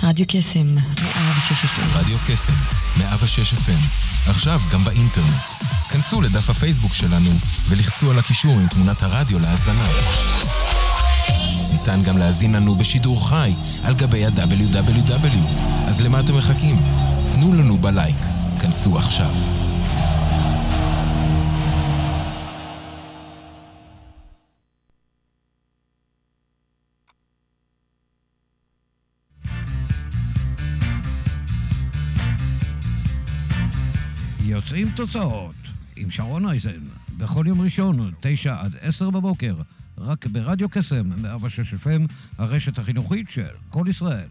רדיו קסם, 106 FM. רדיו קסם, 106 FM. עכשיו גם באינטרנט. כנסו לדף הפייסבוק שלנו ולחצו על הקישור עם תמונת הרדיו להאזנה. ניתן גם להאזין לנו בשידור חי על גבי ה-www. אז למה אתם מחכים? תנו לנו בלייק. כנסו עכשיו. יוצאים תוצאות עם שרון אייזן בכל יום ראשון 9 עד 10 בבוקר רק ברדיו קסם 106 FM, הרשת החינוכית של כל ישראל.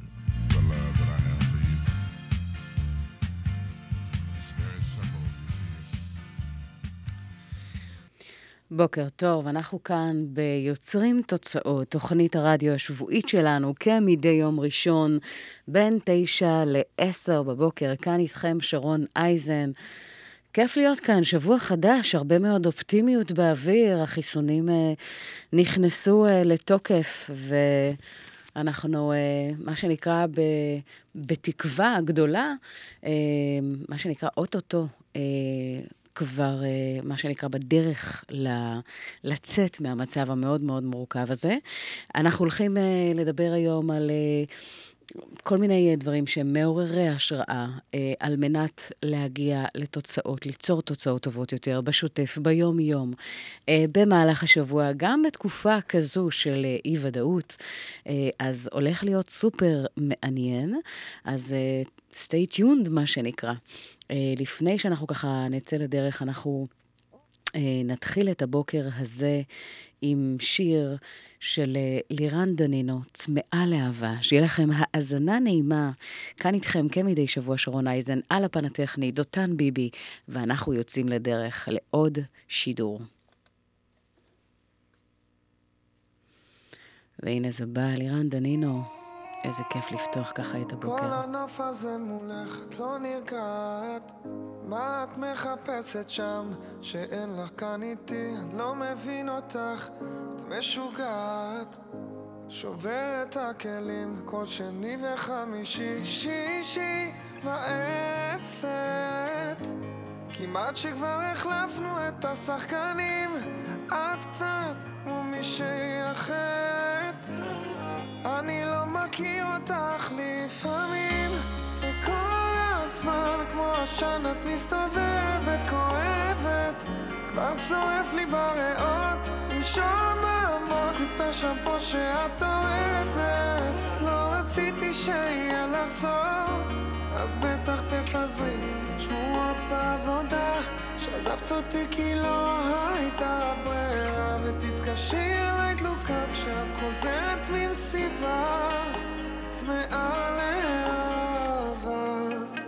בוקר טוב, אנחנו כאן ביוצרים תוצאות, תוכנית הרדיו השבועית שלנו, כמדי יום ראשון, בין 9 ל-10 בבוקר. כאן איתכם שרון אייזן. כיף להיות כאן, שבוע חדש, הרבה מאוד אופטימיות באוויר, החיסונים נכנסו לתוקף, ואנחנו, מה שנקרא, בתקווה גדולה, מה שנקרא אוטוטו, כבר, מה שנקרא, בדרך לצאת מהמצב המאוד מאוד מורכב הזה. אנחנו הולכים לדבר היום על כל מיני דברים שהם מעוררי השראה, על מנת להגיע לתוצאות, ליצור תוצאות טובות יותר, בשוטף, ביום-יום, במהלך השבוע, גם בתקופה כזו של אי-ודאות, אז הולך להיות סופר מעניין, אז stay tuned, מה שנקרא. לפני שאנחנו ככה נצא לדרך, אנחנו נתחיל את הבוקר הזה עם שיר של לירן דנינו, צמאה לאהבה. שיהיה לכם האזנה נעימה. כאן איתכם כמדי שבוע שרון אייזן, על הפן הטכני, דותן ביבי, ואנחנו יוצאים לדרך לעוד שידור. והנה זה בא, לירן דנינו. איזה כיף לפתוח ככה את הבוקר. כל הנוף הזה מולך, את לא נרגעת. מה את מחפשת שם, שאין לך כאן איתי? אני לא מבין אותך, את משוגעת. שובר את הכלים, כל שני וחמישי, שישי באפסט. כמעט שכבר החלפנו את השחקנים. את קצת כמו מישהי אחרת. אני לא מכיר אותך לפעמים, וכל הזמן כמו השן את מסתובבת, כואבת, כבר שורף לי בריאות, לנשום עמוק את השמפו שאת אוהבת. לא רציתי שיהיה לך סוף, אז בטח תפזרי שמועות בעבודה שעזבת אותי כי לא הייתה ברירה, ותתקשי אליי דלוקה כשאת חוזרת ממסיבה, צמאה לאהבה.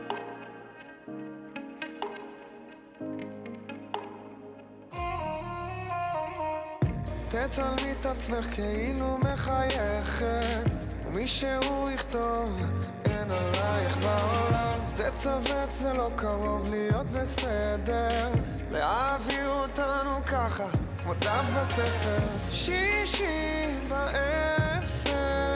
תצלמי את עצמך כאילו מחייכת, ומישהו יכתוב אין עלייך בעולם. זה צוות, זה לא קרוב להיות בסדר, להעביר אותנו ככה כמו דף בספר. שישי באפסט,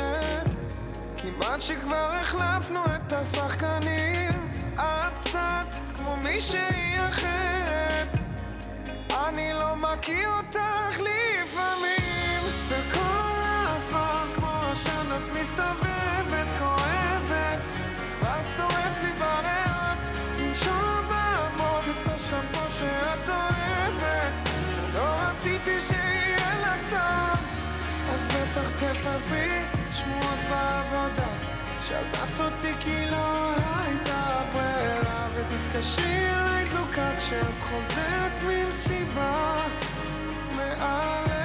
כמעט שכבר החלפנו את השחקנים. את קצת כמו מישהי אחרת, אני לא מכיר אותך לפעמים, וכל הזמן כמו השן את מסתובבת, כואבת, כבר שורף לי בריאות, לנשום בעמוק את השמפו שאת אוהבת. לא רציתי שיהיה לך סוף, אז בטח תפזרי שמועות בעבודה שעזבת אותי כי לא הייתה ברירה, ותתקשי אליי דלוקה כשאת חוזרת ממסיבה, צמאה לאהבה.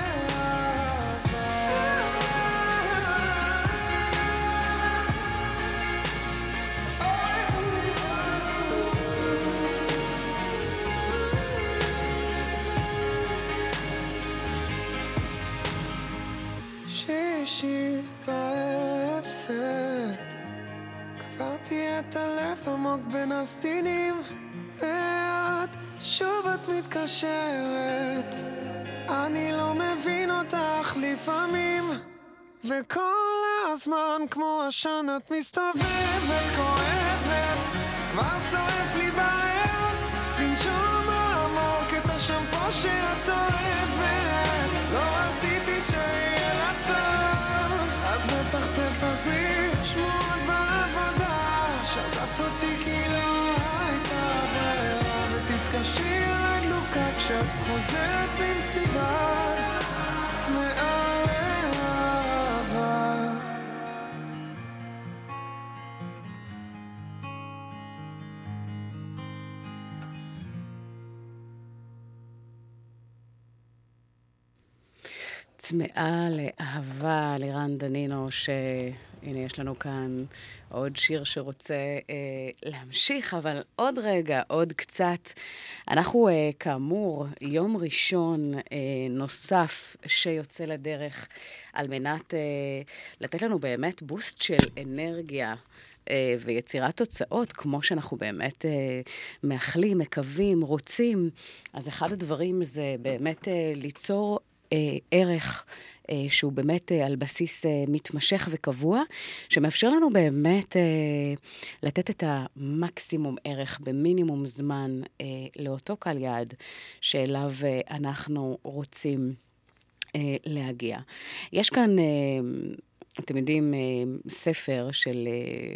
שישי באפסט, קברתי את הלב עמוק בין הסדינים, ואת שוב את מתקשרת. אני לא מבין אותך לפעמים, וכל הזמן כמו עשן את מסתובבת, כואבת, כבר שורף לי בעיות, לנשום עמוק את השמפו שאת אוהבת, לא רציתי שיהיה לך סוף, אז בטח תפזרי שמועות בעבודה, שעזבת אותי כי לא הייתה ברירה, ותתקשי אליי דלוקה כשאת חוזרת ממסיבה צמאה לאהבה. צמאה לאהבה, לירן דנינו, שהנה יש לנו כאן עוד שיר שרוצה להמשיך, אבל עוד רגע, עוד קצת. אנחנו כאמור, יום ראשון נוסף שיוצא לדרך על מנת לתת לנו באמת בוסט של אנרגיה ויצירת תוצאות, כמו שאנחנו באמת מאחלים, מקווים, רוצים. אז אחד הדברים זה באמת ליצור ערך שהוא באמת על בסיס מתמשך וקבוע, שמאפשר לנו באמת לתת את המקסימום ערך במינימום זמן לאותו קהל יעד שאליו אנחנו רוצים להגיע. יש כאן, אתם יודעים, ספר של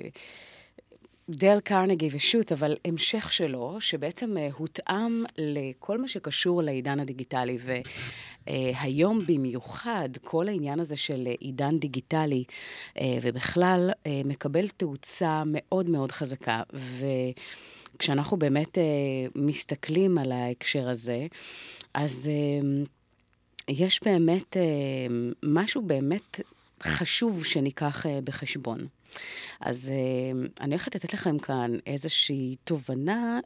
דייל קרנגי ושוט, אבל המשך שלו, שבעצם הותאם לכל מה שקשור לעידן הדיגיטלי, והיום במיוחד, כל העניין הזה של עידן דיגיטלי, ובכלל מקבל תאוצה מאוד מאוד חזקה, וכשאנחנו באמת מסתכלים על ההקשר הזה, אז יש באמת משהו באמת חשוב שניקח בחשבון. אז אני הולכת לתת לכם כאן איזושהי תובנה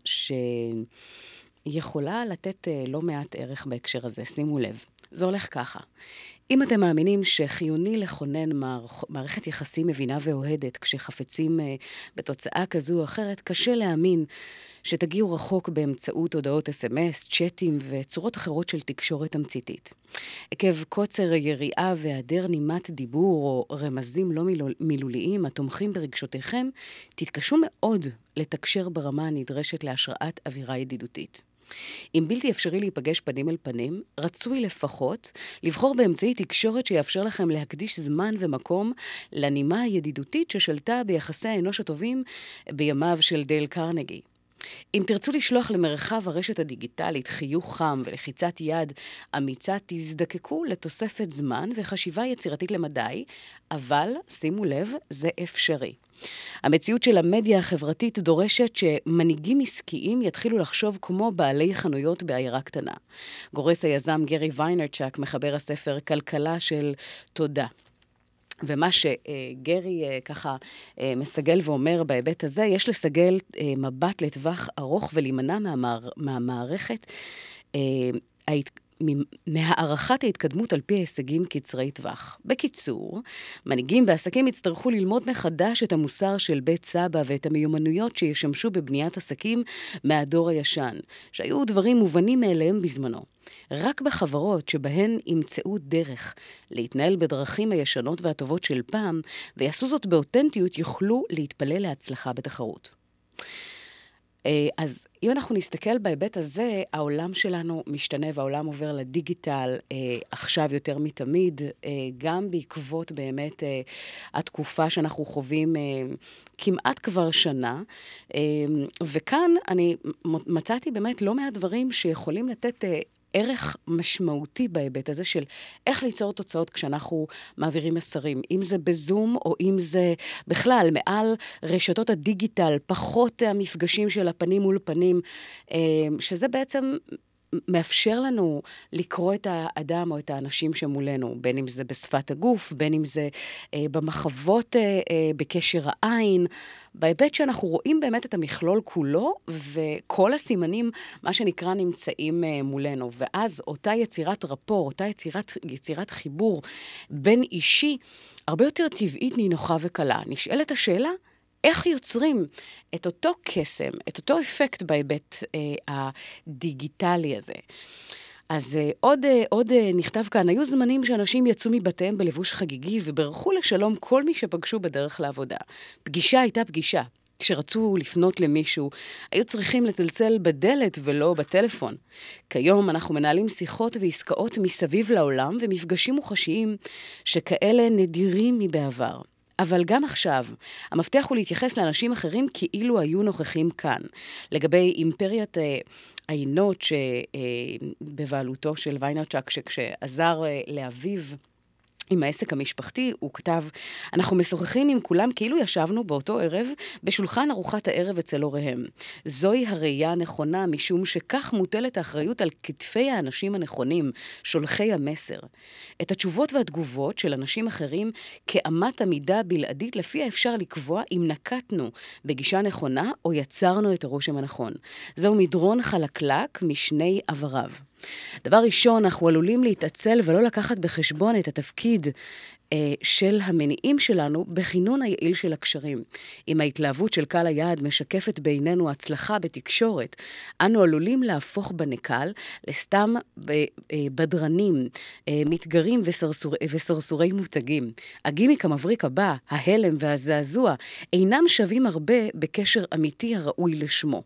שיכולה לתת לא מעט ערך בהקשר הזה. שימו לב, זה הולך ככה. אם אתם מאמינים שחיוני לכונן מערכת יחסים מבינה ואוהדת כשחפצים בתוצאה כזו או אחרת, קשה להאמין שתגיעו רחוק באמצעות הודעות SMS, צ'אטים וצורות אחרות של תקשורת תמציתית. עקב קוצר יריעה והיעדר נימת דיבור או רמזים לא מילוליים התומכים ברגשותיכם, תתקשו מאוד לתקשר ברמה הנדרשת להשראת אווירה ידידותית. אם בלתי אפשרי להיפגש פנים אל פנים, רצוי לפחות לבחור באמצעי תקשורת שיאפשר לכם להקדיש זמן ומקום לנימה הידידותית ששלטה ביחסי האנוש הטובים בימיו של דייל קרנגי. אם תרצו לשלוח למרחב הרשת הדיגיטלית חיוך חם ולחיצת יד אמיצה, תזדקקו לתוספת זמן וחשיבה יצירתית למדי, אבל שימו לב, זה אפשרי. המציאות של המדיה החברתית דורשת שמנהיגים עסקיים יתחילו לחשוב כמו בעלי חנויות בעיירה קטנה. גורס היזם גרי ויינרצ'ק, מחבר הספר כלכלה של תודה. ומה שגרי ככה מסגל ואומר בהיבט הזה, יש לסגל מבט לטווח ארוך ולהימנע מהמערכת, מהערכת ההתקדמות על פי ההישגים קצרי טווח. בקיצור, מנהיגים בעסקים יצטרכו ללמוד מחדש את המוסר של בית סבא ואת המיומנויות שישמשו בבניית עסקים מהדור הישן, שהיו דברים מובנים מאליהם בזמנו. רק בחברות שבהן ימצאו דרך להתנהל בדרכים הישנות והטובות של פעם, ויעשו זאת באותנטיות, יוכלו להתפלל להצלחה בתחרות. אז אם אנחנו נסתכל בהיבט הזה, העולם שלנו משתנה והעולם עובר לדיגיטל עכשיו יותר מתמיד, גם בעקבות באמת התקופה שאנחנו חווים כמעט כבר שנה, וכאן אני מצאתי באמת לא מעט דברים שיכולים לתת ערך משמעותי בהיבט הזה של איך ליצור תוצאות כשאנחנו מעבירים מסרים, אם זה בזום או אם זה בכלל מעל רשתות הדיגיטל, פחות המפגשים של הפנים מול פנים, שזה בעצם מאפשר לנו לקרוא את האדם או את האנשים שמולנו, בין אם זה בשפת הגוף, בין אם זה במחוות בקשר העין, בהיבט שאנחנו רואים באמת את המכלול כולו, וכל הסימנים, מה שנקרא, נמצאים מולנו. ואז אותה יצירת רפור, אותה יצירת חיבור בין אישי, הרבה יותר טבעית, נינוחה וקלה. נשאלת השאלה, איך יוצרים את אותו קסם, את אותו אפקט בהיבט הדיגיטלי הזה? אז עוד נכתב כאן, היו זמנים שאנשים יצאו מבתיהם בלבוש חגיגי וברחו לשלום כל מי שפגשו בדרך לעבודה. פגישה הייתה פגישה. כשרצו לפנות למישהו, היו צריכים לצלצל בדלת ולא בטלפון. כיום אנחנו מנהלים שיחות ועסקאות מסביב לעולם ומפגשים מוחשיים שכאלה נדירים מבעבר. אבל גם עכשיו, המפתח הוא להתייחס לאנשים אחרים כאילו היו נוכחים כאן. לגבי אימפריית העינות שבבעלותו של ויינרצ'ק, שכשעזר לאביו עם העסק המשפחתי, הוא כתב, אנחנו משוחחים עם כולם כאילו ישבנו באותו ערב בשולחן ארוחת הערב אצל הוריהם. זוהי הראייה הנכונה, משום שכך מוטלת האחריות על כתפי האנשים הנכונים, שולחי המסר. את התשובות והתגובות של אנשים אחרים כאמת המידה בלעדית, לפיה אפשר לקבוע אם נקטנו בגישה נכונה או יצרנו את הרושם הנכון. זהו מדרון חלקלק משני עבריו. דבר ראשון, אנחנו עלולים להתעצל ולא לקחת בחשבון את התפקיד של המניעים שלנו בכינון היעיל של הקשרים. אם ההתלהבות של קהל היעד משקפת בינינו הצלחה בתקשורת, אנו עלולים להפוך בנקל לסתם בדרנים, מתגרים וסרסורי מותגים. הגימיק המבריק הבא, ההלם והזעזוע, אינם שווים הרבה בקשר אמיתי הראוי לשמו.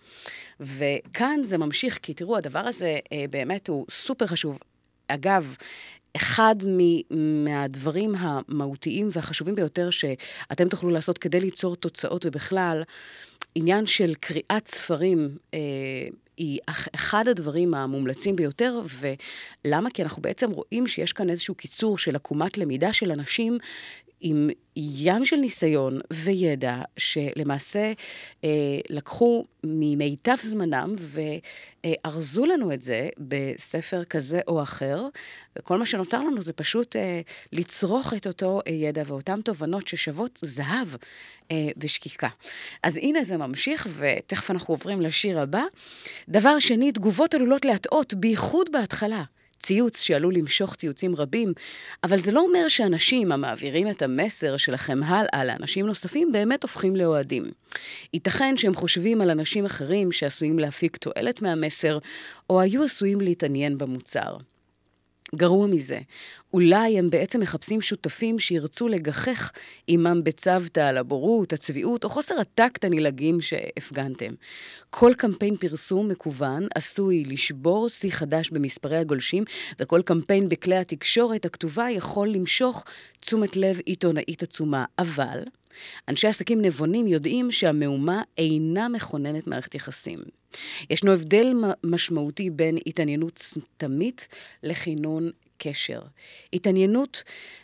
וכאן זה ממשיך, כי תראו, הדבר הזה באמת הוא סופר חשוב. אגב, אחד מהדברים המהותיים והחשובים ביותר שאתם תוכלו לעשות כדי ליצור תוצאות, ובכלל, עניין של קריאת ספרים היא אחד הדברים המומלצים ביותר, ולמה? כי אנחנו בעצם רואים שיש כאן איזשהו קיצור של עקומת למידה של אנשים, עם ים של ניסיון וידע שלמעשה לקחו ממיטב זמנם וארזו לנו את זה בספר כזה או אחר, וכל מה שנותר לנו זה פשוט לצרוך את אותו ידע ואותן תובנות ששוות זהב בשקיקה. אז הנה זה ממשיך, ותכף אנחנו עוברים לשיר הבא. דבר שני, תגובות עלולות להטעות, בייחוד בהתחלה. ציוץ שעלול למשוך ציוצים רבים, אבל זה לא אומר שאנשים המעבירים את המסר שלכם הלאה לאנשים נוספים באמת הופכים לאוהדים. ייתכן שהם חושבים על אנשים אחרים שעשויים להפיק תועלת מהמסר, או היו עשויים להתעניין במוצר. גרוע מזה, אולי הם בעצם מחפשים שותפים שירצו לגחך עמם בצוותא על הבורות, הצביעות או חוסר הטקט הנלעגים שהפגנתם. כל קמפיין פרסום מקוון עשוי לשבור שיא חדש במספרי הגולשים, וכל קמפיין בכלי התקשורת הכתובה יכול למשוך תשומת לב עיתונאית עצומה. אבל אנשי עסקים נבונים יודעים שהמהומה אינה מכוננת מערכת יחסים. ישנו הבדל משמעותי בין התעניינות סתמית לכינון קשר. התעניינות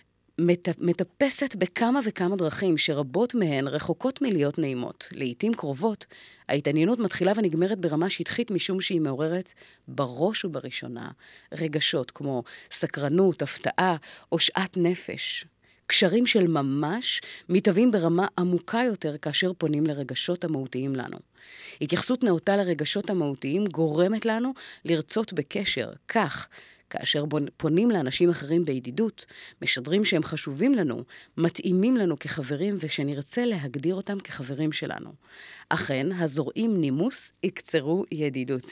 מטפסת בכמה וכמה דרכים שרבות מהן רחוקות מלהיות נעימות. לעתים קרובות, ההתעניינות מתחילה ונגמרת ברמה שטחית משום שהיא מעוררת בראש ובראשונה רגשות כמו סקרנות, הפתעה או שאט נפש. קשרים של ממש מתהווים ברמה עמוקה יותר כאשר פונים לרגשות המהותיים לנו. התייחסות נאותה לרגשות המהותיים גורמת לנו לרצות בקשר. כך, כאשר פונים לאנשים אחרים בידידות, משדרים שהם חשובים לנו, מתאימים לנו כחברים ושנרצה להגדיר אותם כחברים שלנו. אכן, הזורעים נימוס יקצרו ידידות.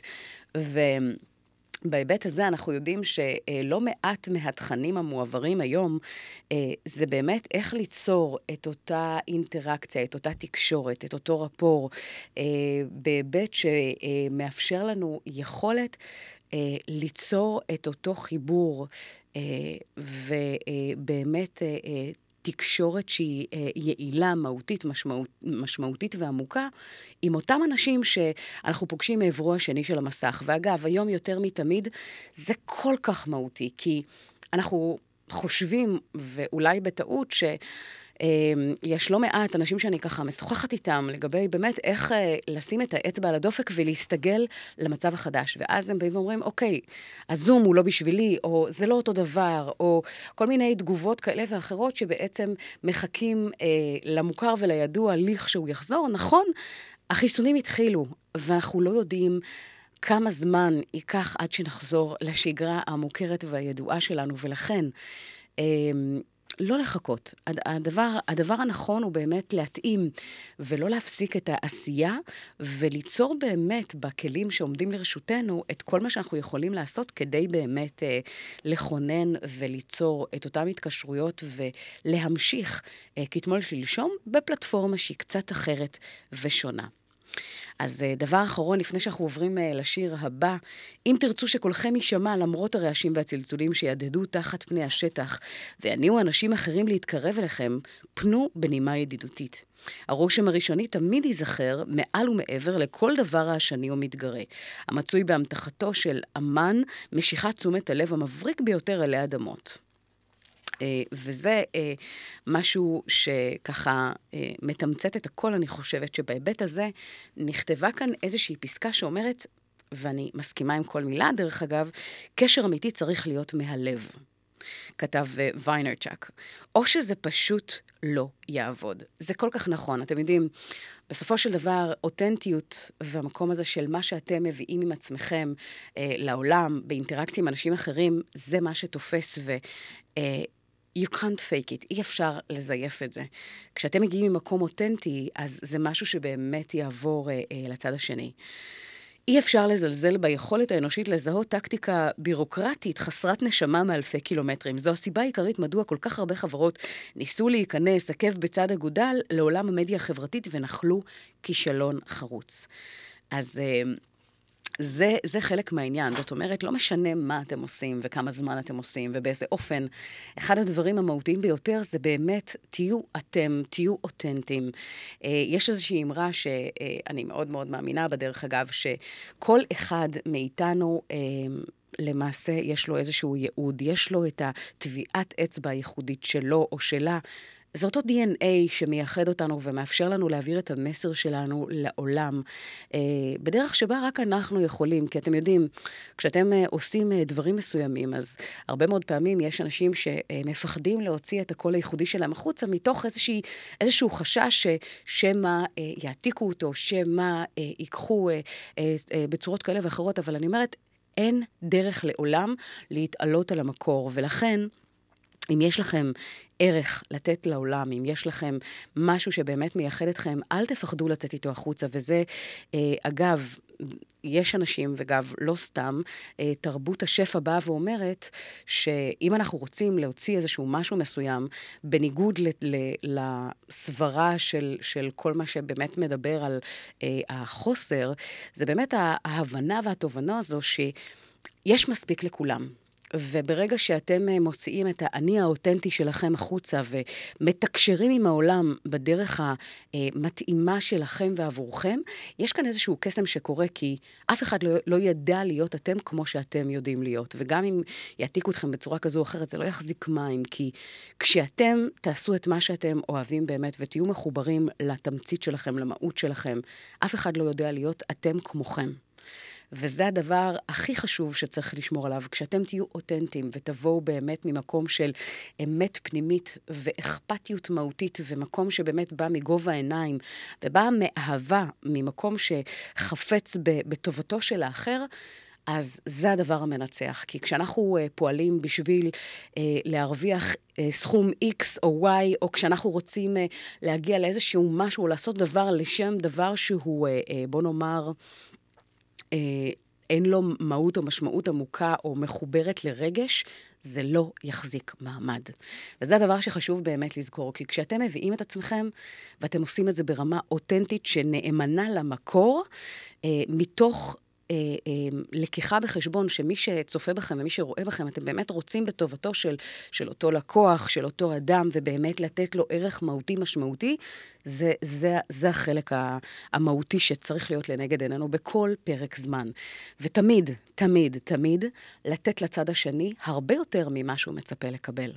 בהיבט הזה אנחנו יודעים שלא מעט מהתכנים המועברים היום, זה באמת איך ליצור את אותה אינטראקציה, את אותה תקשורת, את אותו רפור, בהיבט שמאפשר לנו יכולת ליצור את אותו חיבור, ובאמת תקשורת שהיא יעילה, מהותית, משמעותית ועמוקה, עם אותם אנשים שאנחנו פוגשים מעברו השני של המסך. ואגב, היום יותר מתמיד, זה כל כך מהותי, כי אנחנו חושבים, ואולי בטעות, יש לא מעט אנשים שאני ככה משוחחת איתם לגבי באמת איך לשים את האצבע על הדופק ולהסתגל למצב החדש. ואז הם באים ואומרים, אוקיי, הזום הוא לא בשבילי, או זה לא אותו דבר, או כל מיני תגובות כאלה ואחרות שבעצם מחכים למוכר ולידוע ליך שהוא יחזור. נכון, החיסונים התחילו, ואנחנו לא יודעים כמה זמן ייקח עד שנחזור לשגרה המוכרת והידועה שלנו, ולכן לא לחכות. הדבר הנכון הוא באמת להתאים ולא להפסיק את העשייה, וליצור באמת בכלים שעומדים לרשותנו את כל מה שאנחנו יכולים לעשות כדי באמת לכונן וליצור את אותם התקשרויות ולהמשיך כתמול שלשום בפלטפורמה שהיא קצת אחרת ושונה. אז דבר אחרון, לפני שאנחנו עוברים לשיר הבא, אם תרצו שקולכם יישמע למרות הרעשים והצלצולים שידדו תחת פני השטח, ויניעו אנשים אחרים להתקרב אליכם, פנו בנימה ידידותית. הרושם הראשוני תמיד ייזכר מעל ומעבר לכל דבר רעשני או מתגרה, המצוי באמתחתו של אמן משיכת תשומת הלב המבריק ביותר אלי אדמות. וזה משהו שככה מתמצת את הכל. אני חושבת שבהיבט הזה נכתבה כאן איזושהי פסקה שאומרת, ואני מסכימה עם כל מילה דרך אגב, קשר אמיתי צריך להיות מהלב. כתב ויינרצ'ק. או שזה פשוט לא יעבוד. זה כל כך נכון. אתם יודעים, בסופו של דבר, אותנטיות והמקום הזה של מה שאתם מביאים עם עצמכם לעולם, באינטראקציה עם אנשים אחרים, זה מה שתופס you can't fake it, אי אפשר לזייף את זה. כשאתם מגיעים ממקום אותנטי, אז זה משהו שבאמת יעבור לצד השני. אי אפשר לזלזל ביכולת האנושית לזהות טקטיקה בירוקרטית חסרת נשמה מאלפי קילומטרים. זו הסיבה העיקרית מדוע כל כך הרבה חברות ניסו להיכנס עקב בצד אגודל לעולם המדיה החברתית ונחלו כישלון חרוץ. אז זה חלק מהעניין. זאת אומרת, לא משנה מה אתם עושים וכמה זמן אתם עושים ובאיזה אופן. אחד הדברים המהותיים ביותר זה באמת, תהיו אתם, תהיו אותנטיים. יש איזושהי אמרה שאני מאוד מאוד מאמינה בדרך אגב, שכל אחד מאיתנו למעשה יש לו איזשהו ייעוד, יש לו את הטביעת אצבע הייחודית שלו או שלה, זה אותו DNA שמייחד אותנו ומאפשר לנו להעביר את המסר שלנו לעולם, בדרך שבה רק אנחנו יכולים, כי אתם יודעים, כשאתם עושים דברים מסוימים, אז הרבה מאוד פעמים יש אנשים שמפחדים להוציא את הקול הייחודי שלהם החוצה, מתוך איזשהו חשש שמה יעתיקו אותו, שמה ייקחו בצורות כאלה ואחרות, אבל אני אומרת, אין דרך לעולם להתעלות על המקור, ולכן, אם יש לכם ערך לתת לעולם, אם יש לכם משהו שבאמת מייחד אתכם, אל תפחדו לצאת איתו החוצה, וזה, אגב, יש אנשים, ואגב, לא סתם, תרבות השפע באה ואומרת, שאם אנחנו רוצים להוציא איזשהו משהו מסוים, בניגוד לסברה של כל מה שבאמת מדבר על החוסר, זה באמת ההבנה והתובנה הזו שיש מספיק לכולם. וברגע שאתם מוציאים את האני האותנטי שלכם החוצה ומתקשרים עם העולם בדרך המתאימה שלכם ועבורכם, יש כאן איזשהו קסם שקורה כי אף אחד לא ידע להיות אתם כמו שאתם יודעים להיות. וגם אם יעתיקו אתכם בצורה כזו או אחרת, זה לא יחזיק מים, כי כשאתם תעשו את מה שאתם אוהבים באמת ותהיו מחוברים לתמצית שלכם, למהות שלכם, אף אחד לא יודע להיות אתם כמוכם. וזה הדבר הכי חשוב שצריך לשמור עליו, כשאתם תהיו אותנטיים ותבואו באמת ממקום של אמת פנימית ואכפתיות מהותית, ומקום שבאמת בא מגובה העיניים, ובא מאהבה, ממקום שחפץ בטובתו של האחר, אז זה הדבר המנצח. כי כשאנחנו פועלים בשביל להרוויח סכום X או Y, או כשאנחנו רוצים להגיע לאיזשהו משהו, או לעשות דבר לשם דבר שהוא, בוא נאמר, אין לו מהות או משמעות עמוקה או מחוברת לרגש, זה לא יחזיק מעמד. וזה הדבר שחשוב באמת לזכור, כי כשאתם מביאים את עצמכם, ואתם עושים את זה ברמה אותנטית שנאמנה למקור, מתוך לקיחה בחשבון שמי שצופה בכם ומי שרואה בכם, אתם באמת רוצים בטובתו של אותו לקוח, של אותו אדם, ובאמת לתת לו ערך מהותי משמעותי, זה החלק המהותי שצריך להיות לנגד עינינו בכל פרק זמן. ותמיד, תמיד, תמיד, לתת לצד השני הרבה יותר ממה שהוא מצפה לקבל.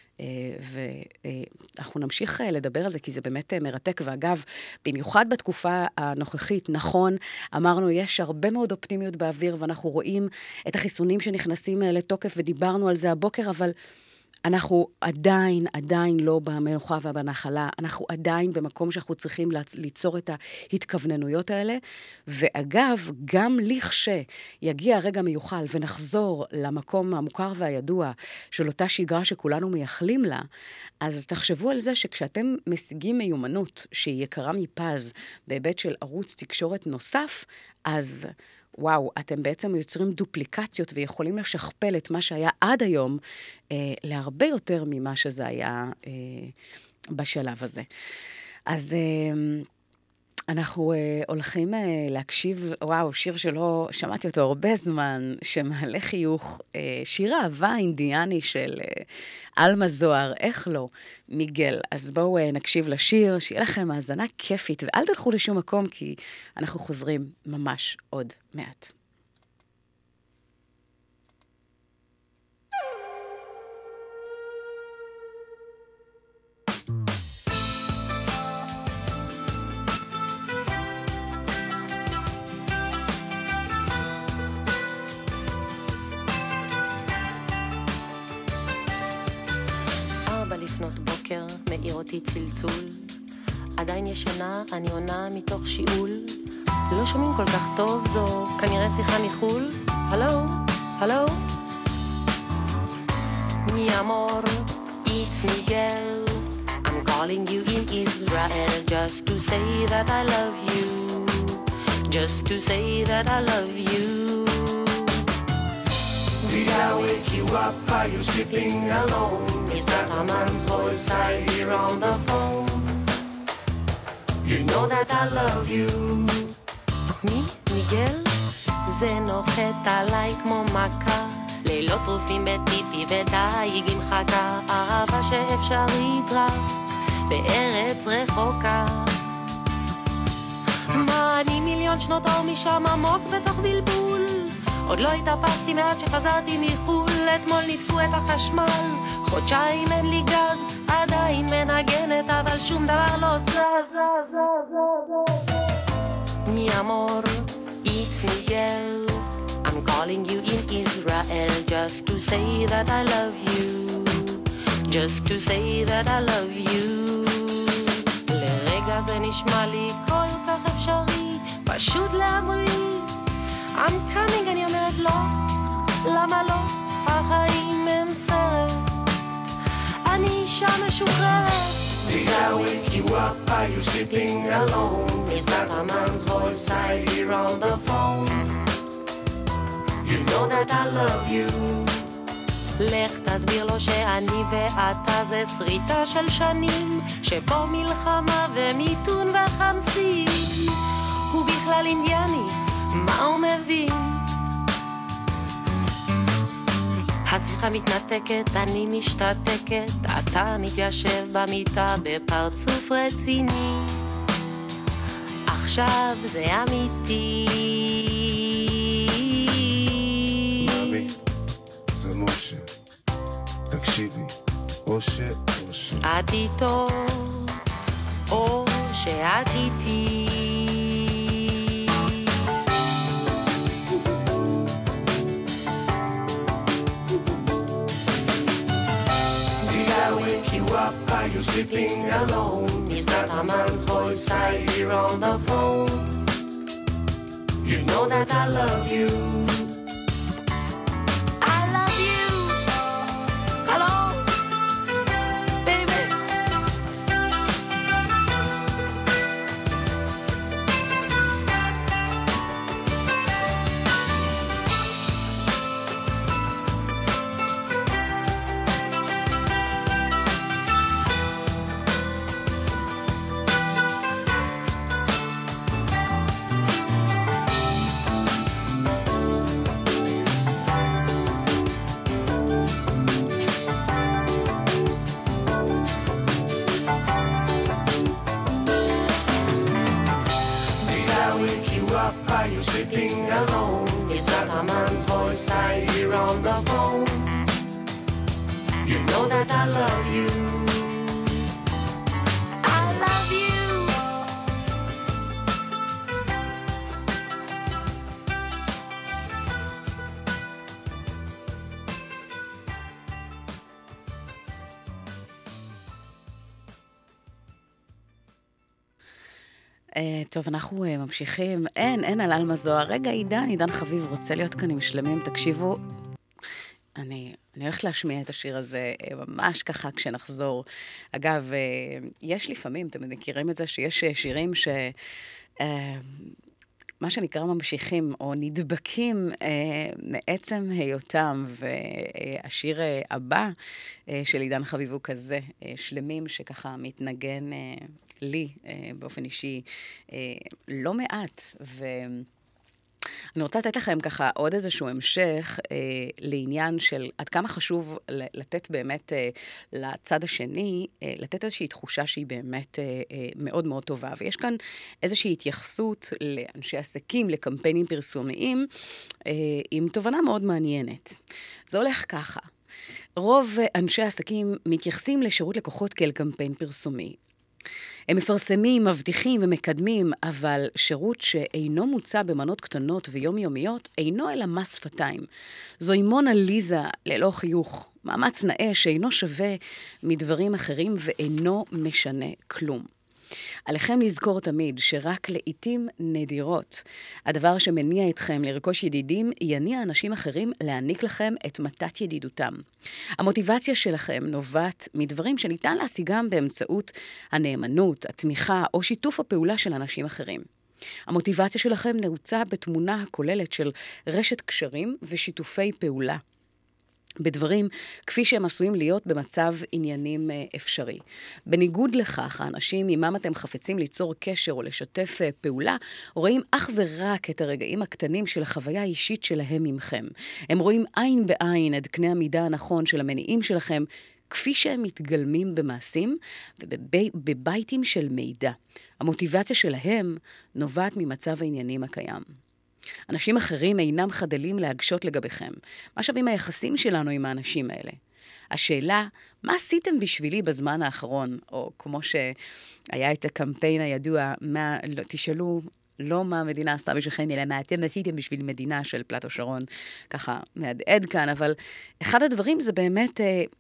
ואנחנו נמשיך לדבר על זה, כי זה באמת מרתק, ואגב, במיוחד בתקופה הנוכחית, נכון, אמרנו, יש הרבה מאוד אופטימיות באוויר, ואנחנו רואים את החיסונים שנכנסים לתוקף, ודיברנו על זה הבוקר, אבל אנחנו עדיין לא במנוחה ובנחלה, אנחנו עדיין במקום שאנחנו צריכים ליצור את ההתכווננויות האלה, ואגב, גם לכשיגיע הרגע מיוחל ונחזור למקום המוכר והידוע של אותה שגרה שכולנו מייחלים לה, אז תחשבו על זה שכשאתם משיגים מיומנות שהיא יקרה מפז בהיבט של ערוץ תקשורת נוסף, אז וואו, אתם בעצם יוצרים דופליקציות ויכולים לשכפל את מה שהיה עד היום להרבה יותר ממה שזה היה בשלב הזה. אז אנחנו הולכים להקשיב, וואו, שיר שלא שמעתי אותו הרבה זמן, שמעלה חיוך, שיר אהבה אינדיאני של אלמה זוהר, איך לא, מיגל. אז בואו נקשיב לשיר, שיהיה לכם האזנה כיפית, ואל תלכו לשום מקום, כי אנחנו חוזרים ממש עוד מעט. לפנות בוקר, מאיר אותי צלצול, עדיין ישנה, אני עונה מתוך שיעול, לא שומעים כל כך טוב, זו כנראה שיחה מחול. הלו, הלו, mi amor, it's Miguel, I'm calling you in Israel just to say that I love you, just to say that I love you. Did I wake you up? Are you sleeping alone? Is that a man's voice I hear on the phone? You know that I love you. מי? מיגל? זה נוחת עליי כמו מכה, לילות טרופים בטיפי ודייג עם חכה, אהבה שאפשרית רק בארץ רחוקה. מה אני מיליון שנות אור משם עמוק בתוך בלבול, עוד לא התאפסתי מאז שחזרתי מחול, אתמול ניתקו את החשמל, חודשיים אין לי גז, עדיין מנגנת אבל שום דבר לא זז. Mi amor, it's Miguel, I'm calling you in Israel just to say that I love you, just to say that I love you. לרגע זה נשמע לי כל כך אפשרי, פשוט להמריא, I'm coming, אני אומרת לא, למה לא? החיים הם סרט, אני אישה משוחררת. Did I wake you up? Are you sleeping alone? Is that a man's voice I hear on the phone? You know that I love you. לך תסביר לו שאני ואתה זה שריטה של שנים, שבו מלחמה ומיתון וחמסים, הוא בכלל אינדיאני, מה הוא מבין? השיחה מתנתקת, אני משתתקת, אתה מתיישב במיטה בפרצוף רציני, עכשיו זה אמיתי. מאמי, זה משה, תקשיבי, או את איתו, או שאת איתי. Are you sleeping alone? Is that a man's voice I hear on the phone? You know that I love you. I love you. Hello, baby. Sleeping alone, is that a man's voice I hear on the phone? You know that I love you. I love you. טוב, אנחנו ממשיכים. אין על אלמה זוהר. רגע, עידן חביב רוצה להיות כאן עם שלמים. תקשיבו, אני הולכת להשמיע את השיר הזה ממש ככה כשנחזור. אגב, יש לפעמים, אתם מכירים את זה, שיש שירים מה שנקרא ממשיכים או נדבקים מעצם היותם, והשיר הבא של עידן חביב הוא כזה, שלמים שככה מתנגן לי באופן אישי לא מעט, אני רוצה לתת לכם ככה עוד איזשהו המשך לעניין של עד כמה חשוב לתת באמת לצד השני, לתת איזושהי תחושה שהיא באמת מאוד מאוד טובה. ויש כאן איזושהי התייחסות לאנשי עסקים, לקמפיינים פרסומיים, עם תובנה מאוד מעניינת. זה הולך ככה. רוב אנשי העסקים מתייחסים לשירות לקוחות כאל קמפיין פרסומי. הם מפרסמים, מבטיחים ומקדמים, אבל שירות שאינו מוצע במנות קטנות ויומיומיות, אינו אלא מס שפתיים. זוהי מונה-ליזה ללא חיוך, מאמץ נאה שאינו שווה מדברים אחרים ואינו משנה כלום. עליכם לזכור תמיד שרק לעתים נדירות, הדבר שמניע אתכם לרכוש ידידים, יניע אנשים אחרים להעניק לכם את מתת ידידותם. המוטיבציה שלכם נובעת מדברים שניתן להשיגם באמצעות הנאמנות, התמיכה או שיתוף הפעולה של אנשים אחרים. המוטיבציה שלכם נעוצה בתמונה הכוללת של רשת קשרים ושיתופי פעולה. בדברים כפי שהם עשויים להיות במצב עניינים אפשרי. בניגוד לכך, האנשים עמם אתם חפצים ליצור קשר או לשתף פעולה, רואים אך ורק את הרגעים הקטנים של החוויה האישית שלהם ממכם. הם רואים עין בעין את קנה המידה הנכון של המניעים שלכם, כפי שהם מתגלמים במעשים ובבייטים של מידע. המוטיבציה שלהם נובעת ממצב העניינים הקיים. אנשים אחרים אינם חדלים להגשות לגביכם. מה שווים היחסים שלנו עם האנשים האלה? השאלה, מה עשיתם בשבילי בזמן האחרון? או כמו שהיה את הקמפיין הידוע, תשאלו לא מה המדינה עשתה בשבילכם, אלא מה אתם עשיתם בשביל מדינה של פלטו שרון, ככה מהדהד כאן, אבל אחד הדברים זה באמת,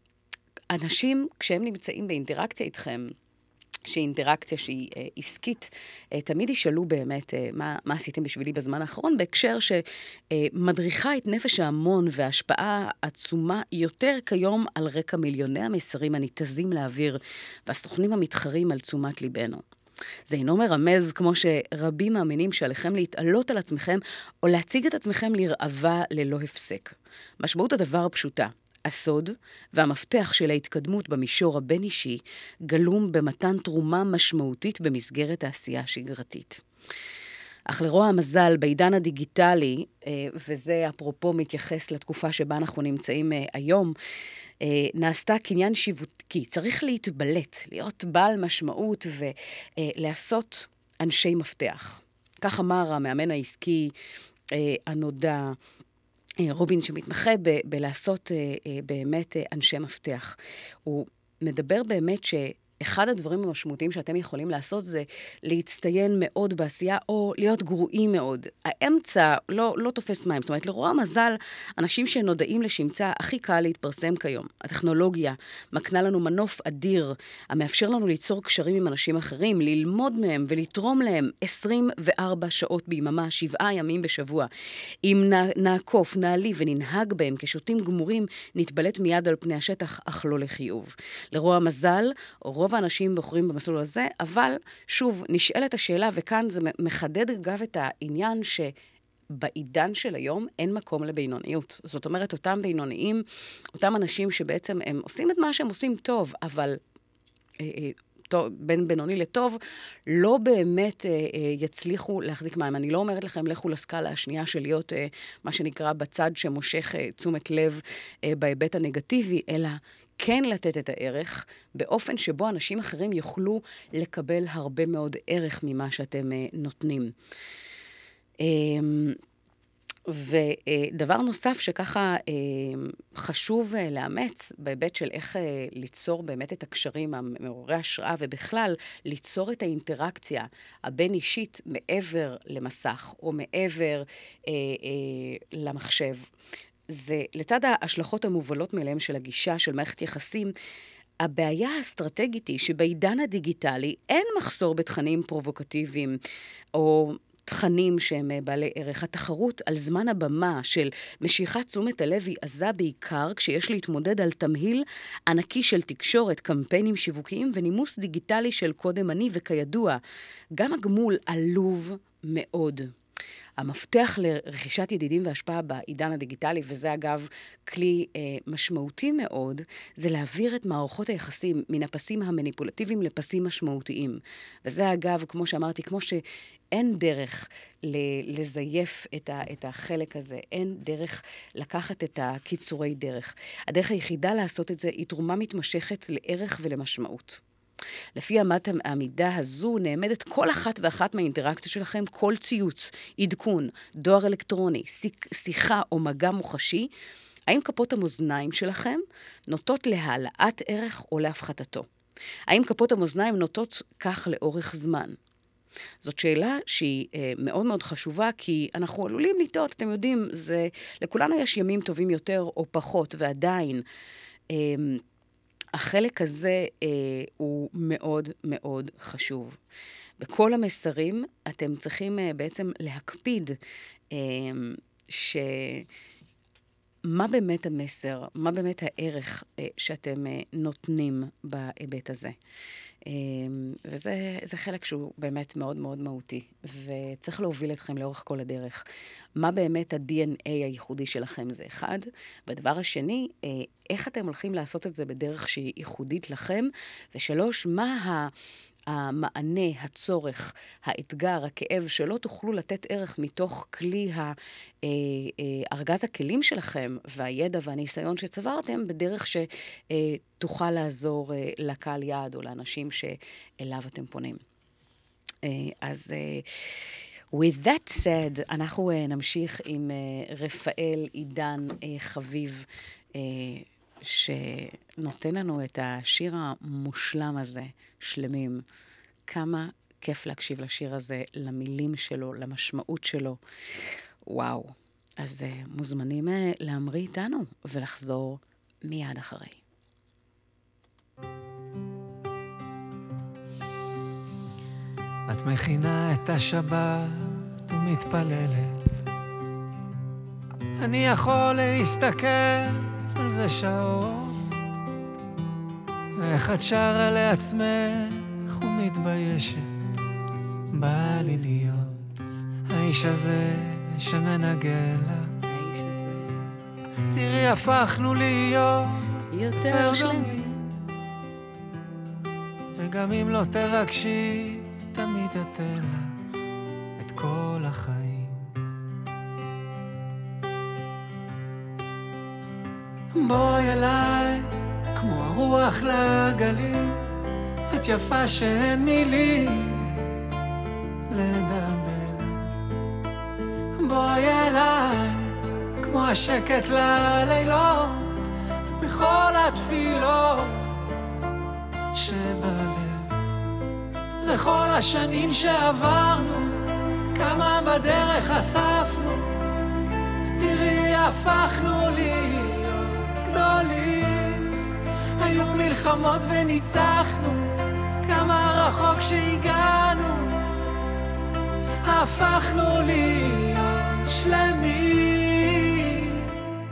אנשים כשהם נמצאים באינטראקציה איתכם, שהיא אינטראקציה שהיא עסקית, תמיד ישאלו באמת מה עשיתם בשבילי בזמן האחרון, בהקשר שמדריכה את נפש ההמון וההשפעה עצומה יותר כיום על רקע מיליוני המסרים הניתזים לאוויר, והסוכנים המתחרים על תשומת ליבנו. זה אינו מרמז כמו שרבים מאמינים שעליכם להתעלות על עצמכם, או להציג את עצמכם לרעבה ללא הפסק. משמעות הדבר פשוטה. הסוד והמפתח של ההתקדמות במישור הבין-אישי גלום במתן תרומה משמעותית במסגרת העשייה השגרתית. אך לרוע המזל, בעידן הדיגיטלי, וזה אפרופו מתייחס לתקופה שבה אנחנו נמצאים היום, נעשתה קניין שיווקי. צריך להתבלט, להיות בעל משמעות ולעשות אנשי מפתח. כך אמר המאמן העסקי הנודע, רובין, שמתמחה בלעשות באמת אנשי מפתח. הוא מדבר באמת שאחד הדברים המשמעותיים שאתם יכולים לעשות זה להצטיין מאוד בעשייה או להיות גרועים מאוד. האמצע לא תופס מים. זאת אומרת, לרוע המזל, אנשים שנודעים לשמצה הכי קל להתפרסם כיום. הטכנולוגיה מקנה לנו מנוף אדיר, המאפשר לנו ליצור קשרים עם אנשים אחרים, ללמוד מהם ולתרום להם 24 שעות ביממה, 7 ימים בשבוע. אם נעקוף, נעלי וננהג בהם כשותים גמורים, נתבלט מיד על פני השטח, אך לא לחיוב. לרוע המזל, רוב האנשים בוחרים במסלול הזה, אבל שוב, נשאלת השאלה, וכאן זה מחדד אגב את העניין שבעידן של היום אין מקום לבינוניות. זאת אומרת, אותם בינוניים, אותם אנשים שבעצם הם עושים את מה שהם עושים טוב, אבל בין בינוני לטוב, לא באמת יצליחו להחזיק מים. אני לא אומרת לכם, לכו לסקאלה השנייה של להיות מה שנקרא בצד שמושך תשומת לב בהיבט הנגטיבי, אלא כן לתת את הערך, באופן שבו אנשים אחרים יוכלו לקבל הרבה מאוד ערך ממה שאתם נותנים. ודבר נוסף שככה חשוב לאמץ, בהיבט של איך ליצור באמת את הקשרים המעוררי השראה, ובכלל ליצור את האינטראקציה הבין-אישית מעבר למסך, או מעבר למחשב. זה לצד ההשלכות המובלות מאליהם של הגישה של מערכת יחסים, הבעיה האסטרטגית היא שבעידן הדיגיטלי אין מחסור בתכנים פרובוקטיביים או תכנים שהם בעלי ערך. התחרות על זמן הבמה של משיכת תשומת הלב היא עזה בעיקר כשיש להתמודד על תמהיל ענקי של תקשורת, קמפיינים שיווקיים ונימוס דיגיטלי של קוד ימני, וכידוע, גם הגמול עלוב מאוד. המפתח לרכישת ידידים והשפעה בעידן הדיגיטלי, וזה אגב כלי משמעותי מאוד, זה להעביר את מערכות היחסים מן הפסים המניפולטיביים לפסים משמעותיים. וזה אגב, כמו שאמרתי, כמו שאין דרך לזייף את החלק הזה, אין דרך לקחת את הקיצורי דרך. הדרך היחידה לעשות את זה היא תרומה מתמשכת לערך ולמשמעות. לפי אמת המידה הזו נעמדת כל אחת ואחת מהאינטראקציות שלכם, כל ציוץ, עדכון, דואר אלקטרוני, שיחה או מגע מוחשי, האם כפות המאזניים שלכם נוטות להעלאת ערך או להפחתתו? האם כפות המאזניים נוטות כך לאורך זמן? זאת שאלה שהיא מאוד מאוד חשובה, כי אנחנו עלולים לטעות, אתם יודעים, לכולנו יש ימים טובים יותר או פחות, ועדיין החלק הזה הוא מאוד מאוד חשוב. בכל המסרים אתם צריכים בעצם להקפיד מה באמת המסר, מה באמת הערך שאתם נותנים בהיבט הזה. וזה חלק שהוא באמת מאוד מאוד מהותי, וצריך להוביל אתכם לאורך כל הדרך. מה באמת ה-DNA הייחודי שלכם זה אחד, והדבר השני, איך אתם הולכים לעשות את זה בדרך שהיא ייחודית לכם, ושלוש, מה המענה, הצורך, האתגר, הכאב, שלא תוכלו לתת ערך מתוך כלי ארגז הכלים שלכם, והידע והניסיון שצברתם, בדרך שתוכל לעזור לקהל יעד או לאנשים שאליו אתם פונים. אז with that said, אנחנו נמשיך עם רפאל עידן חביב, שנותן לנו את השיר המושלם הזה, שלמים. כמה כיף להקשיב לשיר הזה, למילים שלו, למשמעות שלו. וואו. אז מוזמנים להמריא איתנו ולחזור מיד אחרי. את מכינה את השבת ומתפללת, אני יכול להסתכל על זה שעות, ואיך את שרה לעצמך ומתביישת. בא לי להיות האיש הזה שמנגן לך, האיש הזה תראי הפכנו להיות יותר שלמים, וגם אם לא תרגשי תמיד אתן לך את כל החיים. בואי אליי כמו הרוח לגלים, את יפה שאין מילים לדבר. בואי אליי כמו השקט ללילות, את בכל התפילות שבלב. וכל השנים שעברנו, כמה בדרך אספנו, תראי הפכנו להיות גדולים. היו מלחמות וניצחנו, כמה רחוק שהגענו, הפכנו להיות שלמים.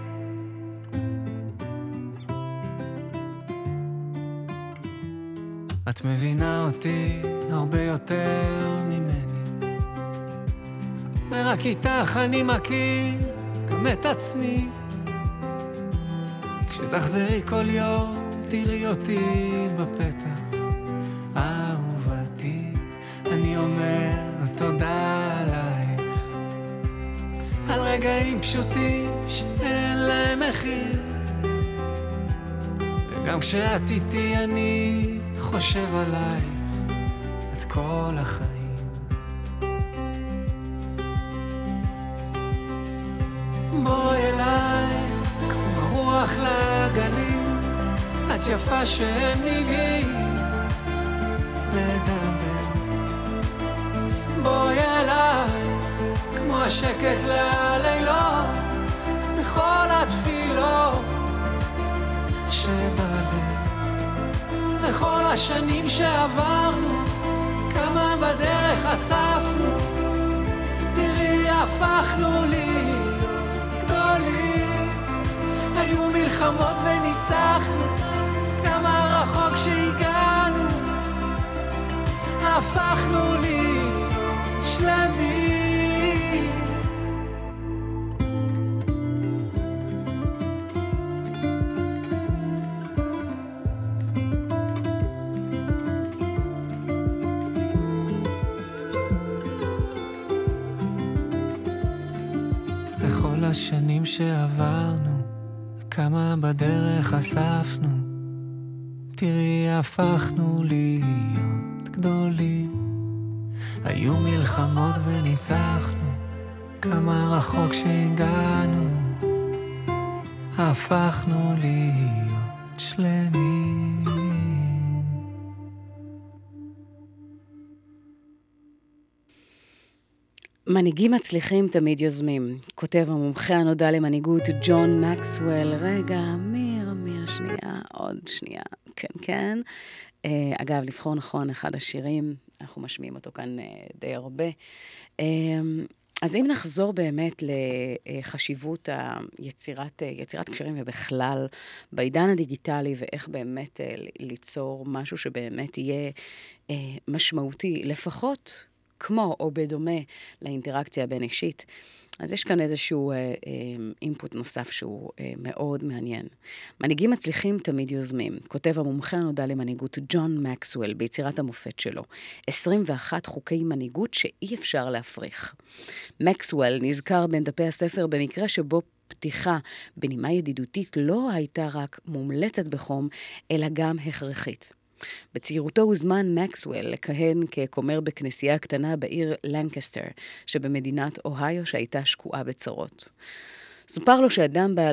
את מבינה אותי הרבה יותר ממני, ורק איתך אני מכיר גם את עצמי. כשתחזרי כל יום תראי אותי בפתח, אהובתי, אני אומר תודה עלייך, על רגעים פשוטים שאין להם מחיר. וגם כשאת איתי אני חושב עלייך את כל החיים. בואי אליי כמו רוח לגלים, את יפה שאין מילים לדבר. בואי אליי כמו השקט ללילות, בכל התפילות שבלב. לכל השנים שעברנו, כמה בדרך אספנו, תראי הפכנו להיות גדולים. היו מלחמות וניצחנו, כמה רחוק שהגענו, הפכנו להיות שלמים. לכל השנים שעברנו, כמה בדרך אספנו, תראי הפכנו להיות גדולים. היו מלחמות וניצחנו, כמה רחוק שהגענו, הפכנו להיות שלמים. מנהיגים מצליחים תמיד יוזמים. כותב המומחה הנודע למנהיגות ג'ון מקסוול. רגע, אמיר, שנייה, עוד שנייה. כן. אגב, לבחור נכון, אחד השירים, אנחנו משמיעים אותו כאן די הרבה. אז אם נחזור באמת לחשיבות יצירת קשרים ובכלל בעידן הדיגיטלי, ואיך באמת ליצור משהו שבאמת יהיה משמעותי, לפחות כמו או בדומה לאינטראקציה הבין אישית, אז יש כאן איזשהו אינפוט נוסף שהוא מאוד מעניין. מנהיגים מצליחים תמיד יוזמים. כותב המומחה הנודע למנהיגות ג'ון מקסוול ביצירת המופת שלו. 21 חוקי מנהיגות שאי אפשר להפריך. מקסוול נזכר בין דפי הספר במקרה שבו פתיחה בנימה ידידותית לא הייתה רק מומלצת בחום, אלא גם הכרחית. בצעירותו הוזמן מקסוול לכהן ככומר בכנסייה הקטנה בעיר לנקסטר, שבמדינת אוהיו שהייתה שקועה בצרות. סופר לו